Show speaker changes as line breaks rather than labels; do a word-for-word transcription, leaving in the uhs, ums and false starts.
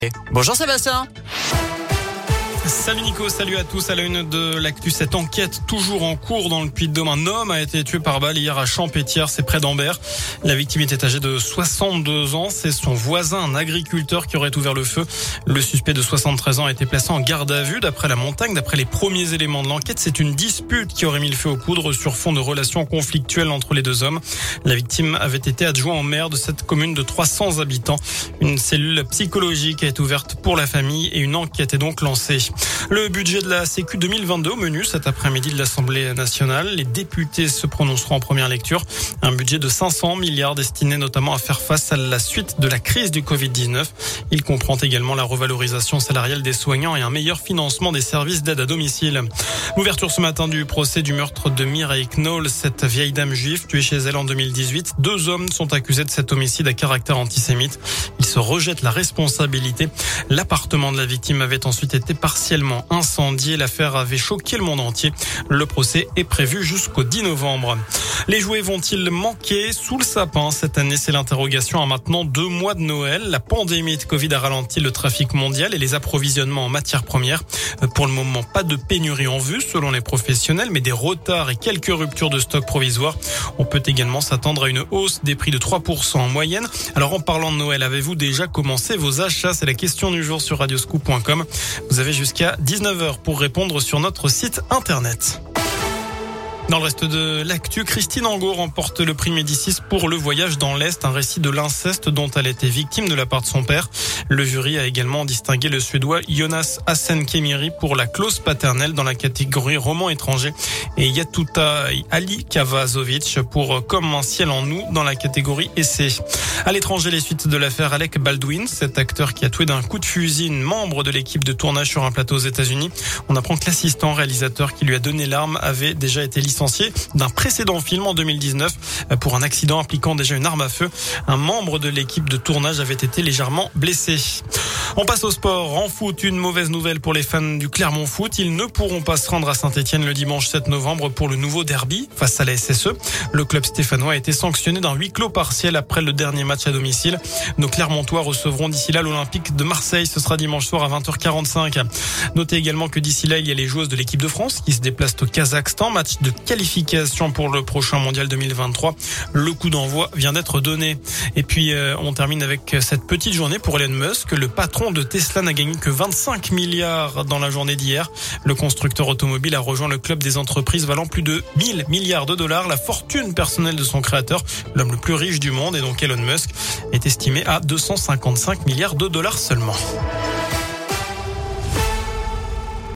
Bonjour Sébastien.
Salut Nico, salut à tous. À la une de l'actu, cette enquête toujours en cours dans le Puy-de-Dôme. Un homme a été tué par balle hier à Champétière, c'est près d'Ambert. La victime était âgée de soixante-deux ans. C'est son voisin, un agriculteur, qui aurait ouvert le feu. Le suspect de soixante-treize ans a été placé en garde à vue. D'après la montagne, d'après les premiers éléments de l'enquête, c'est une dispute qui aurait mis le feu aux poudres sur fond de relations conflictuelles entre les deux hommes. La victime avait été adjoint au maire de cette commune de trois cents habitants. Une cellule psychologique a été ouverte pour la famille et une enquête est donc lancée. Le budget de la Sécu deux mille vingt-deux au menu cet après-midi de l'Assemblée nationale. Les députés se prononceront en première lecture. Un budget de cinq cents milliards destiné notamment à faire face à la suite de la crise du covid dix-neuf. Il comprend également la revalorisation salariale des soignants et un meilleur financement des services d'aide à domicile. L'ouverture ce matin du procès du meurtre de Mireille Knoll, cette vieille dame juive tuée chez elle en deux mille dix-huit. Deux hommes sont accusés de cet homicide à caractère antisémite. Ils se rejettent la responsabilité. L'appartement de la victime avait ensuite été partiellement incendié. L'affaire avait choqué le monde entier. Le procès est prévu jusqu'au dix novembre. Les jouets vont-ils manquer sous le sapin cette année? C'est l'interrogation à maintenant deux mois de Noël. La pandémie de Covid a ralenti le trafic mondial et les approvisionnements en matières premières. Pour le moment, pas de pénurie en vue selon les professionnels, mais des retards et quelques ruptures de stock provisoires. On peut également s'attendre à une hausse des prix de trois pour cent en moyenne. Alors en parlant de Noël, avez-vous déjà commencé vos achats? C'est la question du jour sur radioscoop point com. Vous avez jusqu'à dix-neuf heures pour répondre sur notre site internet. Dans le reste de l'actu, Christine Angot remporte le prix Médicis pour Le Voyage dans l'Est, un récit de l'inceste dont elle était victime de la part de son père. Le jury a également distingué le Suédois Jonas Hassen-Kemiri pour La clause paternelle dans la catégorie roman étranger et Yatuta Ali Kavazovic pour Comme un ciel en nous dans la catégorie essai. À l'étranger, les suites de l'affaire Alec Baldwin, cet acteur qui a tué d'un coup de fusil une membre de l'équipe de tournage sur un plateau aux États-Unis. On apprend que l'assistant réalisateur qui lui a donné l'arme avait déjà été licencié d'un précédent film en deux mille dix-neuf pour un accident impliquant déjà une arme à feu. Un membre de l'équipe de tournage avait été légèrement blessé. On passe au sport. En foot, une mauvaise nouvelle pour les fans du Clermont Foot. Ils ne pourront pas se rendre à Saint-Etienne le dimanche sept novembre pour le nouveau derby face à la S S E. Le club stéphanois a été sanctionné d'un huis clos partiel après le dernier match à domicile. Nos Clermontois recevront d'ici là l'Olympique de Marseille. Ce sera dimanche soir à vingt heures quarante-cinq. Notez également que d'ici là, il y a les joueuses de l'équipe de France qui se déplacent au Kazakhstan. Match de qualification pour le prochain mondial deux mille vingt-trois. Le coup d'envoi vient d'être donné. Et puis, euh, on termine avec cette petite journée pour Elon Musk. Le patron de Tesla n'a gagné que vingt-cinq milliards dans la journée d'hier. Le constructeur automobile a rejoint le club des entreprises valant plus de mille milliards de dollars. La fortune personnelle de son créateur, l'homme le plus riche du monde, et donc Elon Musk, est estimée à deux cent cinquante-cinq milliards de dollars seulement.